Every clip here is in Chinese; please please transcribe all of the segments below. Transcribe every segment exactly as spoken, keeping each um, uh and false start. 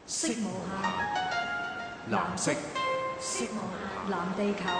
色無限，藍色，色無限，藍地球。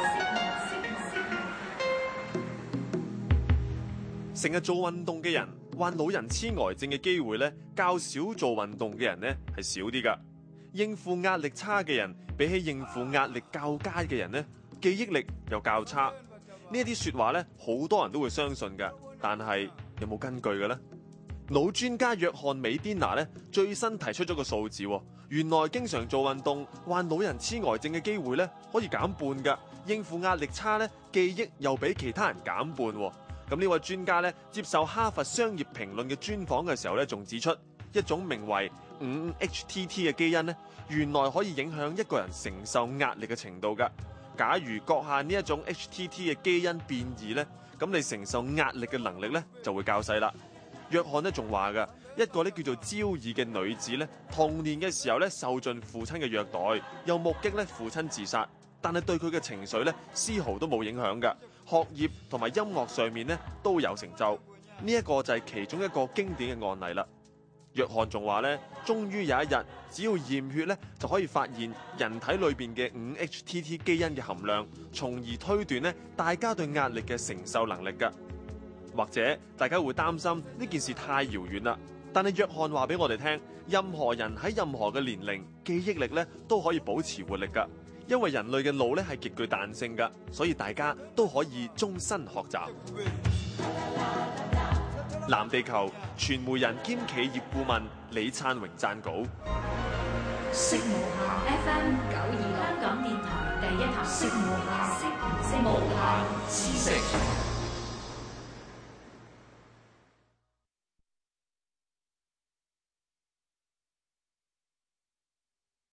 成日做運動嘅人患老人痴呆症嘅機會咧，較少做運動嘅人咧係少啲㗎。應付壓力差嘅人，比起應付壓力較佳嘅人咧，記憶力又較差。呢一啲說話咧，好多人都會相信㗎，但係有冇根據嘅咧？腦專家約翰美甸娜咧最新提出咗個數字，原來經常做運動患老人痴呆症嘅機會咧可以減半㗎。應付壓力差咧，記憶又比其他人減半。咁呢位專家咧接受哈佛商業評論嘅專訪嘅時候咧，仲指出一種名為五 H T T 嘅基因咧，原來可以影響一個人承受壓力嘅程度㗎。假如閣下呢一種 H T T 嘅基因變異咧，咁你承受壓力嘅能力咧就會較細啦。約翰咧仲話㗎，一個咧叫做焦爾嘅女子咧，童年嘅時候咧受盡父親嘅虐待，又目擊咧父親自殺，但係對佢嘅情緒咧絲毫都冇影響㗎。學業同埋音樂上面咧都有成就，呢一個就係其中一個經典嘅案例啦。約翰仲話咧，終於有一日，只要驗血咧就可以發現人體裏邊嘅五 H T T 基因嘅含量，從而推斷咧大家對壓力嘅承受能力㗎。或者大家會擔心呢件事太遙遠啦，但係約翰話俾我哋聽，任何人喺任何嘅年齡，記憶力咧都可以保持活力㗎。因為人類嘅腦咧係極具彈性㗎，所以大家都可以終身學習。藍地球傳媒人兼企業顧問李燦榮撰稿。 色無限 F M 九二六香港電台第一台，色無限，色無限知識。